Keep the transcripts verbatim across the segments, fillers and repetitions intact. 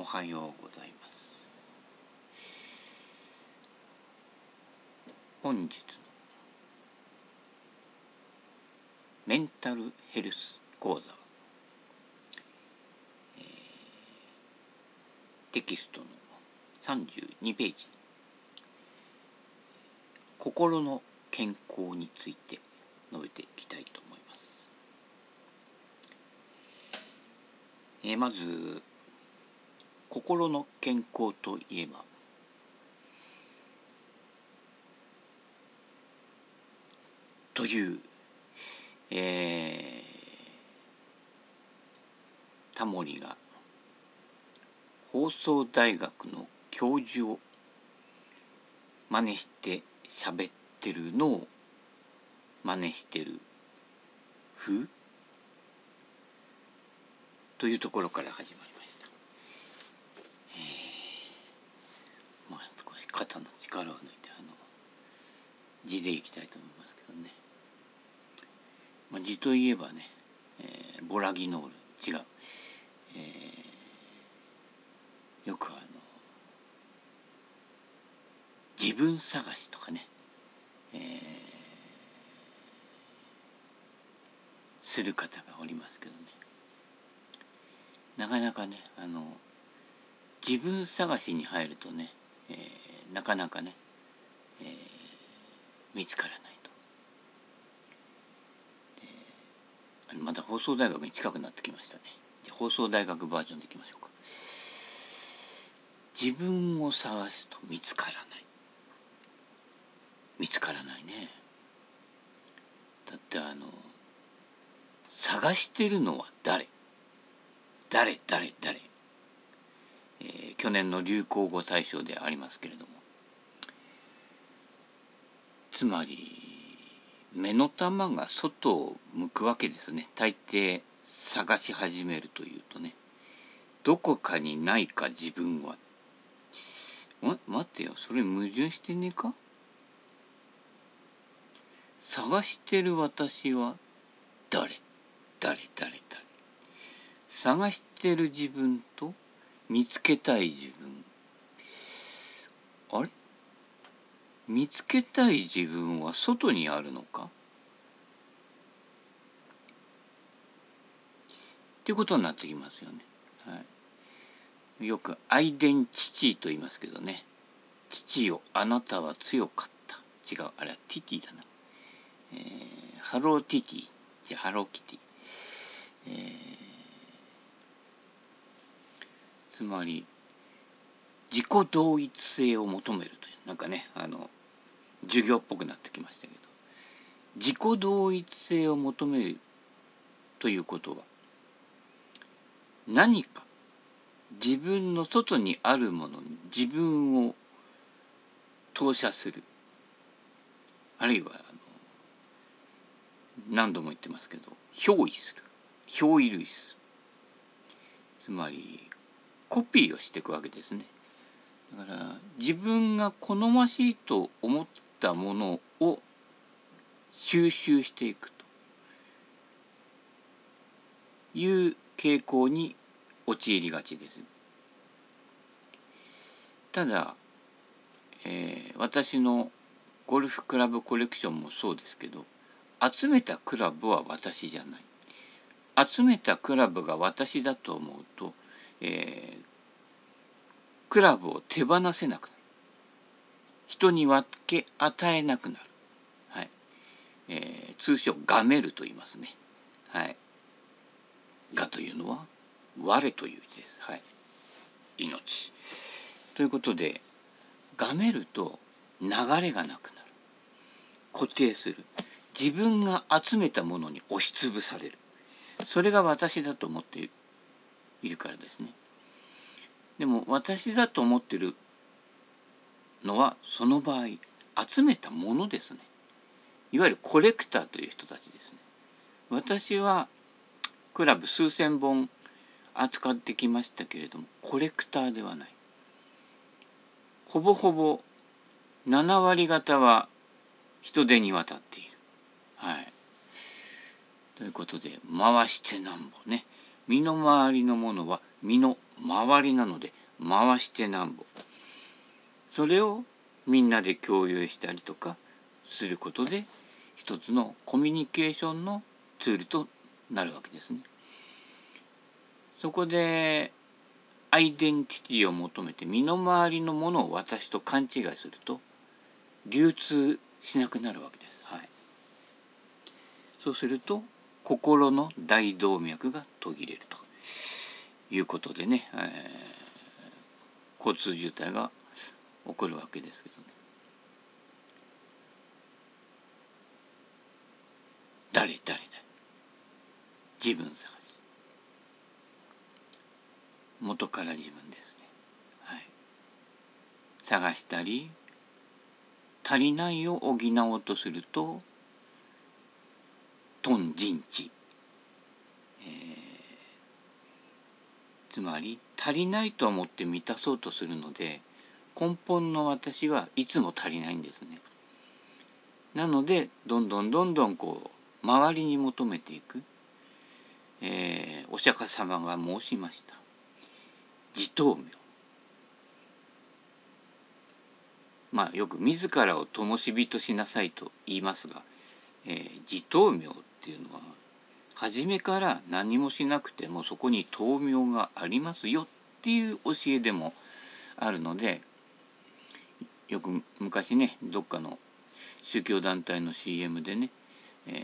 おはようございます。本日のメンタルヘルス講座は、えー、テキストのさんじゅうにページ、心の健康について述べていきたいと思います。えー、まず心の健康といえば、という、えー、タモリが放送大学の教授を真似して喋ってるのを真似してる風というところから始まりました。えー、まあ少し肩の力を抜いてあの字でいきたいと思いますけどね。まあ、字といえばね、えー、ボラギノール違う、えー、よくあの自分探しとかね、えー、する方がおりますけどね、なかなかねあの自分探しに入るとね、えー、なかなかね、えー、見つからないと。でまた放送大学に近くなってきましたね。じゃあ放送大学バージョンでいきましょうか。自分を探すと見つからない。見つからないね。だってあの探してるのは誰誰誰誰、えー、去年の流行語大賞でありますけれども、つまり目の玉が外を向くわけですね。大抵探し始めるというとね、どこかにないか自分は。ま、待ってよ、それ矛盾してねえか。探してる私は誰誰誰誰探してる自分と見つけたい自分、あれ見つけたい自分は外にあるのかっていうことになってきますよね。はい、よくアイデンティティと言いますけどね。父よあなたは強かった。違う、あれはティティだな。えー、ハローティティじゃハローキティ、えー、つまり自己同一性を求めるという、なんかねあの授業っぽくなってきましたけど、自己同一性を求めるということは、何か自分の外にあるものに自分を投射する、あるいはあの何度も言ってますけど憑依する、憑依類する、つまりコピーをしていくわけですね。だから自分が好ましいと思ったものを収集していくという傾向に陥りがちです。ただ、えー、私のゴルフクラブコレクションもそうですけど、集めたクラブは私じゃない。集めたクラブが私だと思うと、えー、クラブを手放せなくなる。人に分け与えなくなる。はい。えー、通称がめると言いますね。はい。がというのは我という字です。はい。命。ということで、がめると流れがなくなる。固定する。自分が集めたものに押しつぶされる。それが私だと思っているからですね。でも私だと思っているのはその場合集めたものですね。いわゆるコレクターという人たちですね。私はクラブ数千本扱ってきましたけれども、コレクターではない。ほぼほぼなな割方は人手に渡っている。はい。ということで、回してなんぼね。身の回りのものは身の回りなので回してなんぼ。それをみんなで共有したりとかすることで一つのコミュニケーションのツールとなるわけですね。そこでアイデンティティを求めて身の回りのものを私と勘違いすると流通しなくなるわけです。はい、そうすると心の大動脈が途切れるということでね、えー、交通渋滞が起こるわけですけどね。誰誰誰自分探し、元から自分ですね。はい、探したり足りないを補おうとすると頓人知、えー、つまり足りないと思って満たそうとするので根本の私はいつも足りないんですね。なのでどんどんどんどんこう周りに求めていく、えー、お釈迦様が申しました自灯明。まあよく自らを灯火としなさいと言いますが、えー、自灯明っていうのは初めから何もしなくてもそこに灯明がありますよっていう教えでもあるので、よく昔ねどっかの宗教団体の シーエム でね、えー、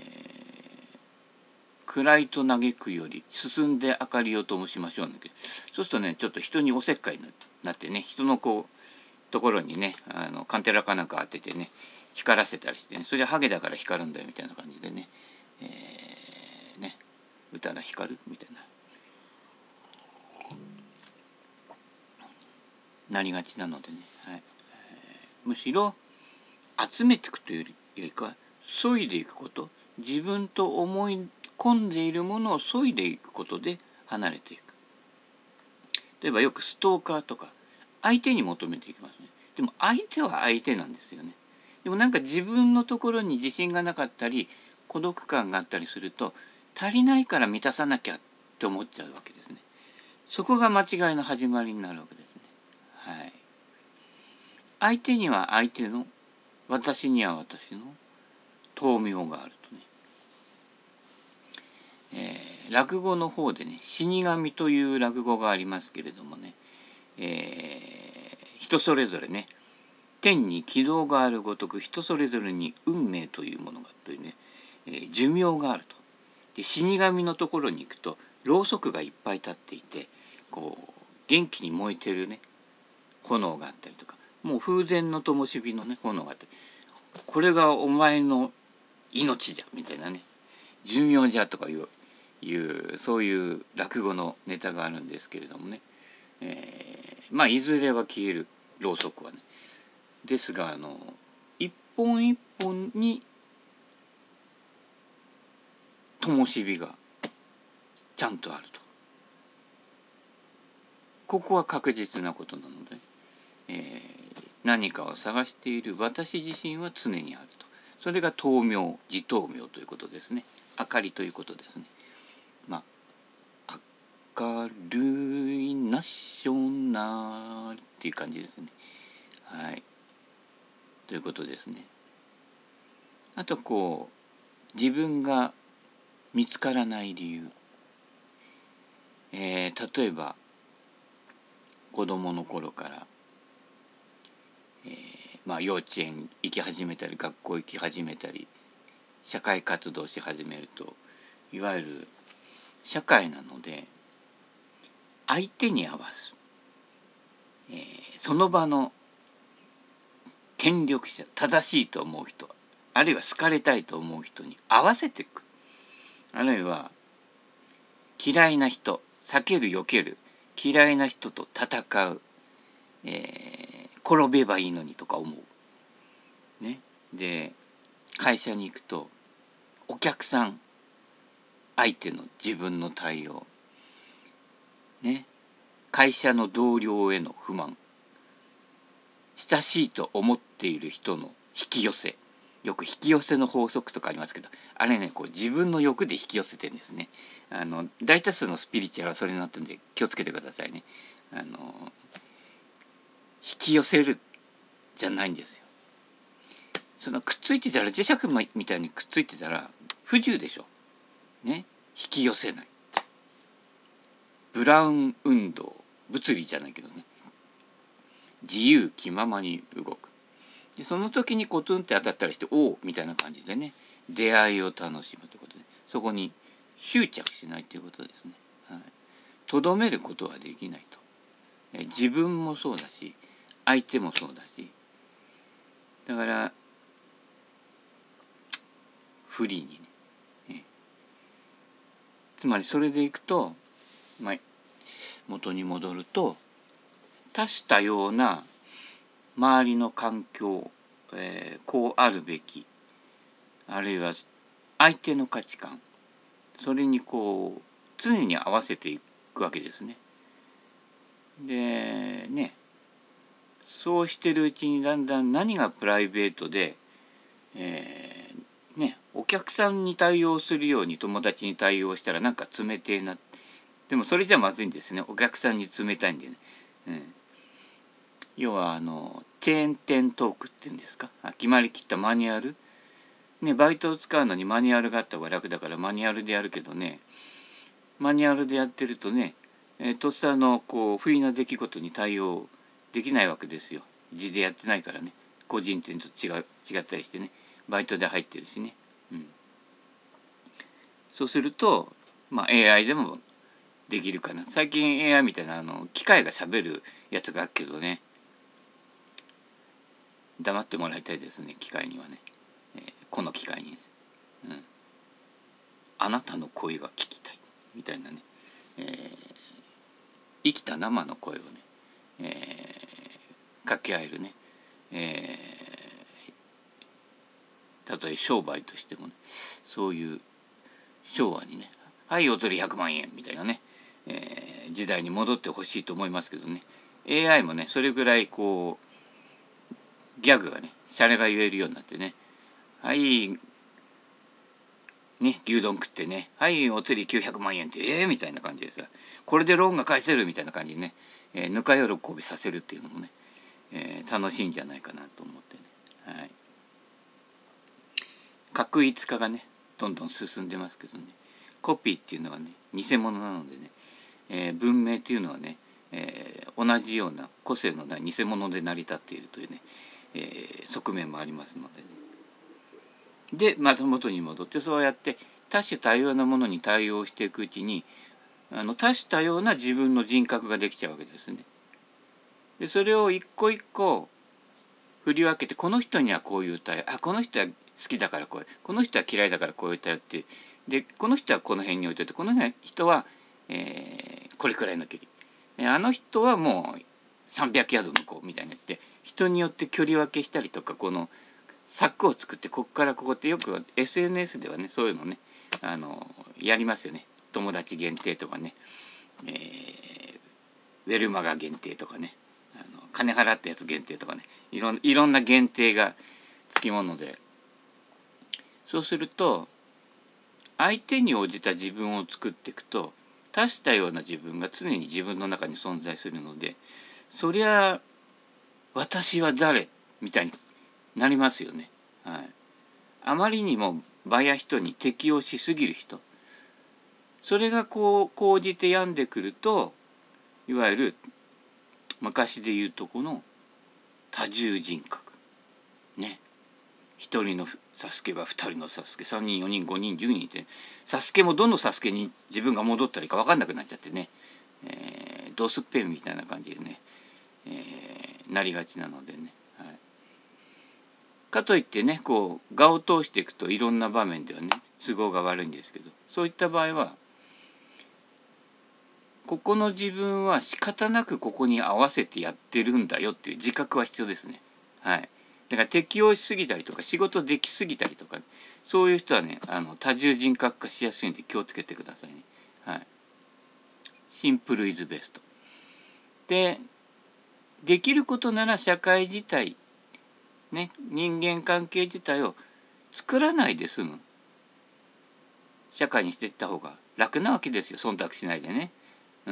暗いと嘆くより進んで明かりを灯しましょうなんて、そうするとねちょっと人におせっかいになってね、人のこうところにねあのカンテラかなんか当ててね光らせたりしてね、それはハゲだから光るんだよみたいな感じでね、えー、ね歌が光るみたいななりがちなのでね、はい、えー、むしろ集めていくというよりか削いでいくこと、自分と思い込んでいるものを削いでいくことで離れていく。例えばよくストーカーとか相手に求めていきますね。でも相手は相手なんですよね。でもなんか自分のところに自信がなかったり孤独感があったりすると足りないから満たさなきゃって思っちゃうわけですね。そこが間違いの始まりになるわけですね。はい。相手には相手の、私には私の灯明があるとね、えー、落語の方でね死神という落語がありますけれどもね、えー、人それぞれね天に軌道があるごとく人それぞれに運命というものがというね、えー、寿命があると。で死神のところに行くとろうそくがいっぱい立っていてこう元気に燃えてるね炎があったりとか、もう風前の灯火のね炎があって、これがお前の命じゃみたいなね、寿命じゃとかいういうそういう落語のネタがあるんですけれどもね、えー、まあいずれは消えるろうそくはね、ですがあの一本一本に灯火がちゃんとあると、ここは確実なことなので、えー、何かを探している私自身は常にあると。それが灯明、自灯明ということですね。明かりということですね。まあ明るいナショナルっていう感じですね。はい。ということですね。あとこう自分が見つからない理由、えー、例えば子供の頃から、えー、まあ幼稚園行き始めたり学校行き始めたり社会活動し始めると、いわゆる社会なので相手に合わす、えー、その場の権力者、正しいと思う人、あるいは好かれたいと思う人に合わせていく、あるいは嫌いな人、避ける避ける、嫌いな人と戦う、えー、転べばいいのにとか思うね。で会社に行くとお客さん相手の自分の対応ね、会社の同僚への不満、親しいと思っている人の引き寄せよく引き寄せの法則とかありますけど、あれねこう自分の欲で引き寄せてるんですね。あの大多数のスピリチュアルはそれになってるんで気をつけてくださいね。あの引き寄せるじゃないんですよ。そのくっついてたら磁石みたいにくっついてたら不自由でしょ。ね、引き寄せない。ブラウン運動、物理じゃないけどね、自由気ままに動く。でその時にコツンって当たったりしておおみたいな感じでね、出会いを楽しむということで、そこに執着しないということですね。はい、とどめることはできないと。え自分もそうだし相手もそうだし、だからフリーにね、ね、つまりそれでいくと、まあ、元に戻ると多種多様な周りの環境、えー、こうあるべき、あるいは相手の価値観、それにこう常に合わせていくわけですね。でね、そうしてるうちにだんだん何がプライベートで、えー、ね、お客さんに対応するように友達に対応したらなんか冷てえな、でもそれじゃまずいんですね。お客さんに冷たいんでね。うん、要はあのチェーン店トークっていうんですか、決まりきったマニュアル、ね、バイトを使うのにマニュアルがあった方が楽だからマニュアルでやるけどね、マニュアルでやってるとね、えー、とっさのこう不意な出来事に対応できないわけですよ。字でやってないからね、個人店と違う違ったりしてね、バイトで入ってるしね、うん、そうすると、まあ、エーアイ でもできるかな。最近 エーアイ みたいなあの機械がしゃべるやつがあるけどね、黙ってもらいたいですね、機械にはね、えー、この機械に、ね、うん、あなたの声が聞きたいみたいなね、えー、生きた生の声をね、えー、掛け合えるね、えー、たとえ商売としてもね、そういう昭和にね、はいお釣りひゃくまんえんみたいなね、えー、時代に戻ってほしいと思いますけどね、 エーアイ もねそれぐらいこうギャグがね、シャレが言えるようになってね、はいね、牛丼食ってね、はいお釣りきゅうひゃくまんえんってええー、みたいな感じでさ、これでローンが返せるみたいな感じにね、えー、ぬか喜びさせるっていうのもね、えー、楽しいんじゃないかなと思ってね、はい、画一化がねどんどん進んでますけどね、コピーっていうのはね偽物なのでね、えー、文明っていうのはね、えー、同じような個性のない偽物で成り立っているというね、えー、側面もありますのでね。でまた元に戻って、そうやって多種多様なものに対応していくうちに、あの多種多様な自分の人格ができちゃうわけですね。でそれを一個一個振り分けて、この人にはこういう対応、あこの人は好きだからこういう、この人は嫌いだからこういう対応って、でこの人はこの辺に置いといて、この人は、えー、これくらいの距離、あの人はもうさんびゃくヤード向こうみたいになって、人によって距離分けしたりとか、この柵を作って、ここからここってよく エスエヌエス ではねそういうのね、あのやりますよね。友達限定とかね、えー、ウェルマガ限定とかね、あの金払ったやつ限定とかね、いろんいろんな限定がつきもので、そうすると相手に応じた自分を作っていくと、多種多様な自分が常に自分の中に存在するので、そりゃ私は誰みたいになりますよね。はい、あまりにも場や人に適応しすぎる人、それがこう講じて病んでくると、いわゆる昔で言うとこの多重人格ね、一人のサスケが二人のサスケ、三人四人五人十人って、サスケもどのサスケに自分が戻ったらいいか分かんなくなっちゃってね、えー、ドスッペンみたいな感じでね、えー、なりがちなのでね、はい、かといってねこう画を通していくといろんな場面ではね都合が悪いんですけど、そういった場合はここの自分は仕方なくここに合わせてやってるんだよっていう自覚は必要ですね。はい。だから適応しすぎたりとか仕事できすぎたりとか、そういう人はねあの多重人格化しやすいんで気をつけてくださいね。はい。シンプルイズベスト。で、できることなら社会自体ね、人間関係自体を作らないで済む社会にしていった方が楽なわけですよ、忖度しないでね。うん。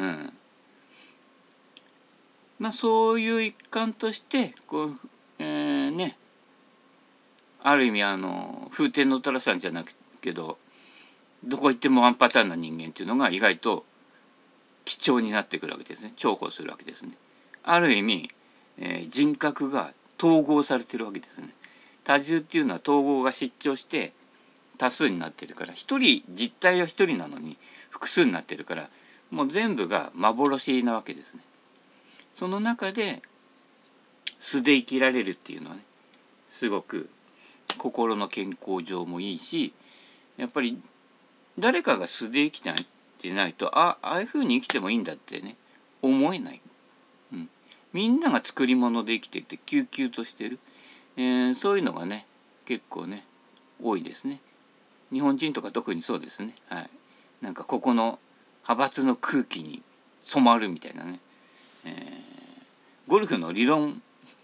まあそういう一環としてこう、えー、ねある意味あの風天の寅さんじゃなくけどどこ行ってもワンパターンな人間っていうのが意外と貴重になってくるわけですね。重宝するわけですね。ある意味、えー、人格が統合されてるわけですね。多重っていうのは統合が失調して多数になってるから、一人実態は一人なのに複数になってるから、もう全部が幻なわけですね。その中で素で生きられるっていうのはね、すごく心の健康上もいいし、やっぱり誰かが素で生きてないってないと、あああいうふうに生きてもいいんだってね思えない、うん、みんなが作り物で生きていてきゅうきゅうとしてる、えー、そういうのがね結構ね多いですね。日本人とか特にそうですね。はい、なんかここの派閥の空気に染まるみたいなね、えー、ゴルフの理論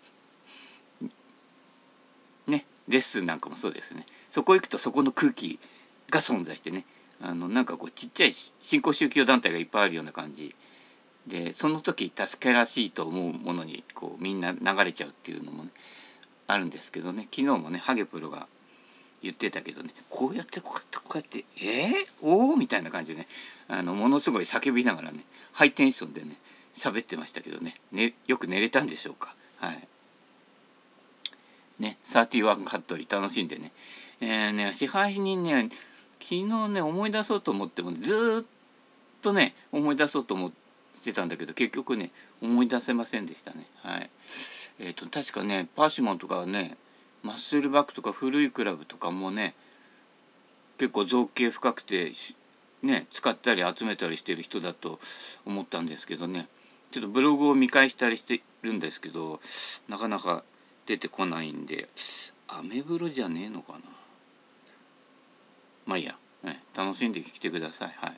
ねレッスンなんかもそうですね。そこ行くとそこの空気が存在してね、あのなんかこうちっちゃい新興宗教団体がいっぱいあるような感じで、その時助けらしいと思うものにこうみんな流れちゃうっていうのもねあるんですけどね。昨日もねハゲプロが言ってたけどね、こうやってこうやってこうやってえー、おおみたいな感じでね、あのものすごい叫びながらねハイテンションでね喋ってましたけどね、ねよく寝れたんでしょうか。はいね、サーティワンカットリー楽しんでね、えー、ね支配人ね昨日ね思い出そうと思ってもずっとね思い出そうと思ってたんだけど結局ね思い出せませんでしたね。はい。えっと確かねパーシモンとかねマッスルバックとか古いクラブとかもね結構造形深くてね使ったり集めたりしてる人だと思ったんですけどね、ちょっとブログを見返したりしてるんですけどなかなか出てこないんで、アメブロじゃねえのかな。まあいいや、ね、楽しんできてください。はい。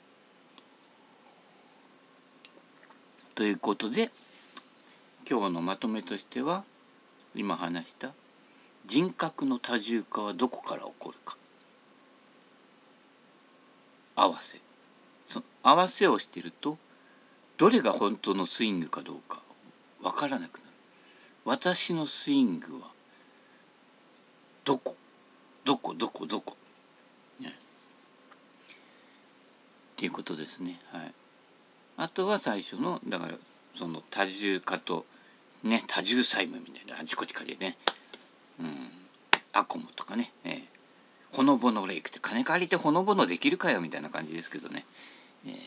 ということで今日のまとめとしては、今話した人格の多重化はどこから起こるか。合わせ。その合わせをしているとどれが本当のスイングかどうかわからなくなる。私のスイングはどこどこどこどこ、ね、っていうことですね。はい。あとは最初のだからその多重化とね多重債務みたいなあちこちかでね、うん、アコモとかね、えー、ほのぼのレイクって金借りてほのぼのできるかよみたいな感じですけどね、えー、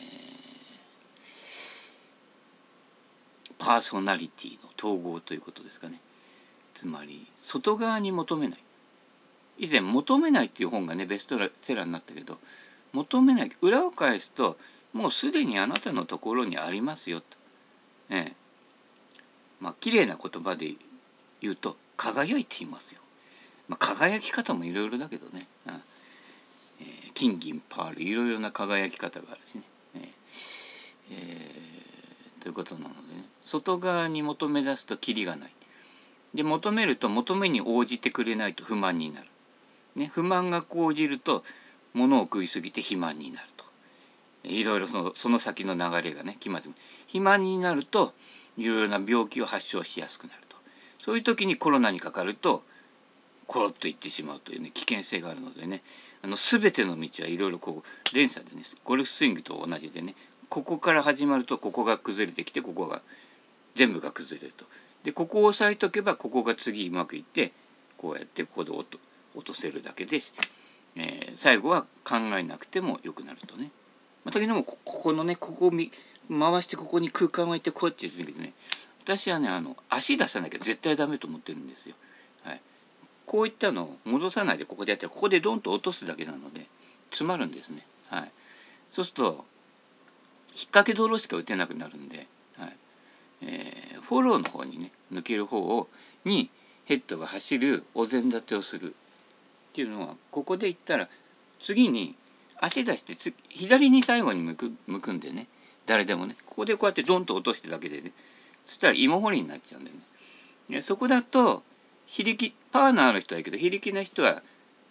パーソナリティの統合ということですかね。つまり外側に求めない。以前求めないっていう本がねベストセラーになったけど、求めない裏を返すともうすでにあなたのところにありますよと、ええ、まあ綺麗な言葉で言うと輝いていますよ。まあ、輝き方もいろいろだけどね、うん、えー、金銀パールいろいろな輝き方があるしね、えーえー、ということなのでね、外側に求め出すとキリがない。で求めると求めに応じてくれないと不満になる。ね、不満が講じると物を食いすぎて肥満になると、いろいろその、その先の流れがね決まって肥満になるといろいろな病気を発症しやすくなると、そういう時にコロナにかかるとコロッといってしまうというね危険性があるのでね、あの全ての道はいろいろこう連鎖でねゴルフスイングと同じでね、ここから始まるとここが崩れてきてここが全部が崩れると、でここを押さえとけばここが次うまくいってこうやってここで落と落とせるだけで、えー、最後は考えなくてもよくなるとね。またけどもここのねここを回してここに空間を置いてこうって言うんだけどね、私はねあの足出さなきゃ絶対ダメと思ってるんですよ。はい、こういったのを戻さないでここでやってここでドンと落とすだけなので詰まるんですね。はい、そうすると引っ掛け道路しか打てなくなるんで、はい、えー、フォローの方にね抜ける方をにヘッドが走るお膳立てをするっていうのは、ここでいったら次に足出してつ左に最後に向く向くんでね、誰でもねここでこうやってドンと落としてだけでね、そしたら芋掘りになっちゃうんだよね。そこだと非力パワーのある人はいいけど非力な人は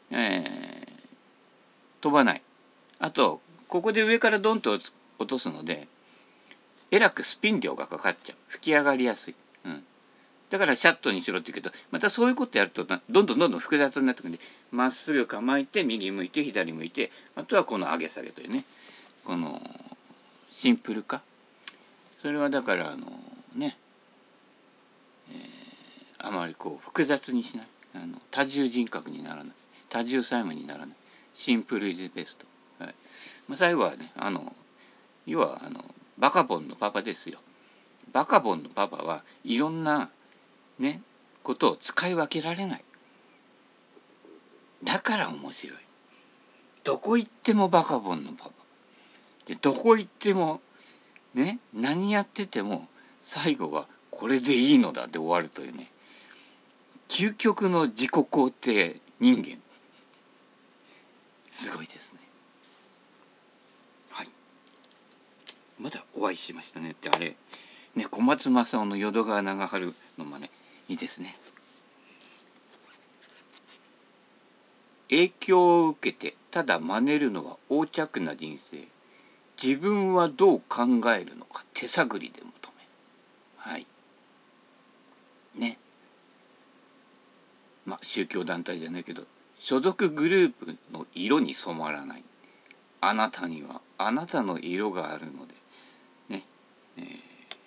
えー、飛ばない。あとここで上からドンと落とすのでえらくスピン量がかかっちゃう。吹き上がりやすい。うん、だからシャットにしろって言うけど、またそういうことやるとどんどんどんどん複雑になってくるんで、まっすぐ構えて右向いて左向いて、あとはこの上げ下げというね、このシンプル化。それはだからあのね、えー、あまりこう複雑にしない、あの多重人格にならない、多重債務にならない、シンプルイズベスト。はい、まあ、最後はね、あの要はあのバカボンのパパですよ。バカボンのパパはいろんなねことを使い分けられない。だから面白い。どこ行ってもバカボンのパパで、どこ行ってもね、何やってても最後はこれでいいのだで終わるというね、究極の自己肯定人間。すごいですね。はい、まだお会いしましたねって、あれね、小松政夫の淀川長春の真似いいですね。影響を受けてただ真似るのは横着な人生。自分はどう考えるのか手探りで求める。はいね。まあ宗教団体じゃないけど、所属グループの色に染まらない。あなたにはあなたの色があるのでね、えー、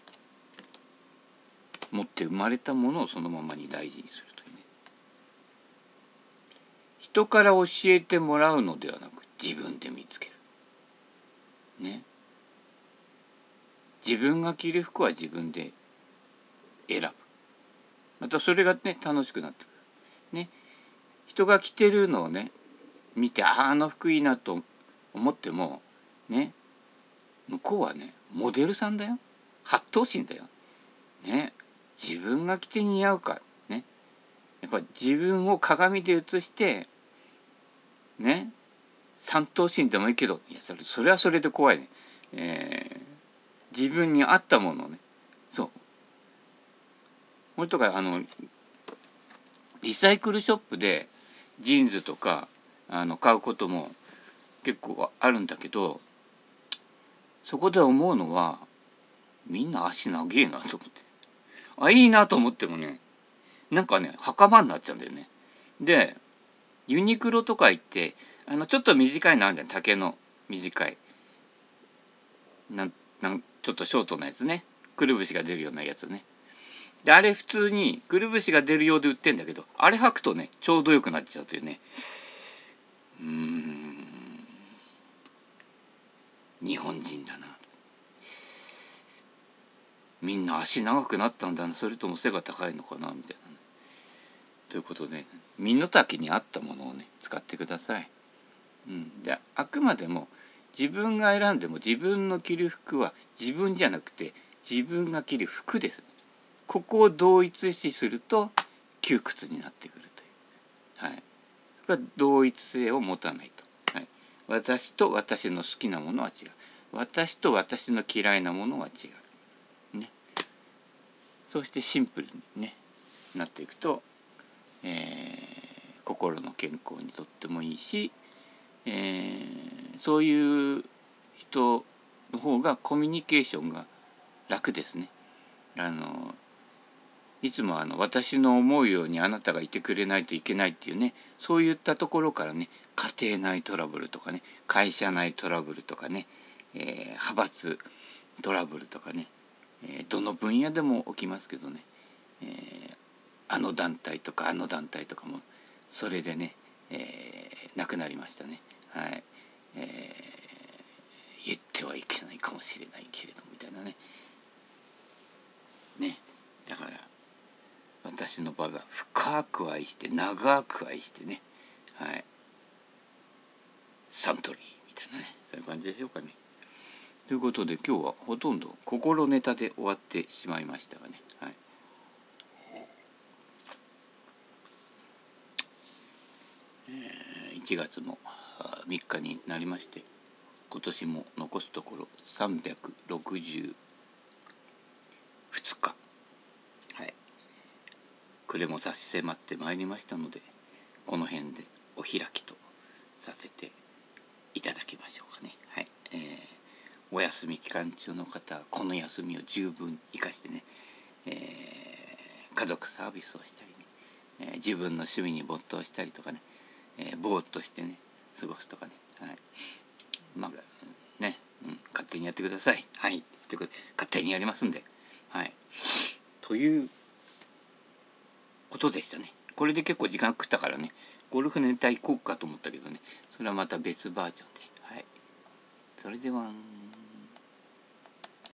持って生まれたものをそのままに大事にするというね。人から教えてもらうのではなく自分で見つけるね。自分が着る服は自分で選ぶ。またそれがね楽しくなってくるね。人が着てるのをね見て、あああの服いいなと思ってもね、向こうはねモデルさんだよ、八頭身だよね。自分が着て似合うかね、やっぱ自分を鏡で映してね、三頭身でもいいけど、いやそれそれはそれで怖いね、えー、自分に合ったものをね、そうこれとかあのリサイクルショップでジーンズとかあの買うことも結構あるんだけど、そこで思うのはみんな足長えなと思って、あいいなと思ってもね、なんかね袴になっちゃうんだよね。でユニクロとか行ってあのちょっと短いのあるじゃん、丈の短いなんなんちょっとショートなやつね、くるぶしが出るようなやつね。であれ普通にくるぶしが出るようで売ってんだけど、あれ履くとねちょうどよくなっちゃうというね。うーん日本人だな。みんな足長くなったんだな、それとも背が高いのかなみたいな、ね。ということで身の丈に合ったものをね使ってください。うん、であくまでも自分が選んでも自分の着る服は自分じゃなくて自分が着る服です。ここを同一視すると窮屈になってくるという、はい、それは同一性を持たないと、はい、私と私の好きなものは違う、私と私の嫌いなものは違う、ね、そうしてシンプルに、ね、なっていくと、えー、心の健康にとってもいいし、えー、そういう人の方がコミュニケーションが楽ですね。あのいつもあの私の思うようにあなたがいてくれないといけないっていうね、そういったところからね、家庭内トラブルとかね、会社内トラブルとかね、えー、派閥トラブルとかね、えー、どの分野でも起きますけどね、えー、あの団体とかあの団体とかもそれでね、えー、亡くなりましたね。はい、えー、言ってはいけないかもしれないけれどみたいなね。ね、だから私の場が深く愛して長く愛してね、はい、サントリーみたいなね、そういう感じでしょうかね。ということで今日はほとんど心ネタで終わってしまいましたがね、はい、えー、いちがつもみっかになりまして、今年も残すところさんびゃくろくじゅうにち、はい、暮れも差し迫ってまいりましたので、この辺でお開きとさせていただきましょうかね。はい、えー、お休み期間中の方はこの休みを十分生かしてね、えー、家族サービスをしたりね、えー、自分の趣味に没頭したりとかね、えー、ぼーっとしてね過ごすとかね、はい、まあね、うん、勝手にやってください。はい、ということで勝手にやりますんで、はい、ということでしたね。これで結構時間食ったからね、ゴルフネタ行こうかと思ったけどね、それはまた別バージョンで、はい、それでは。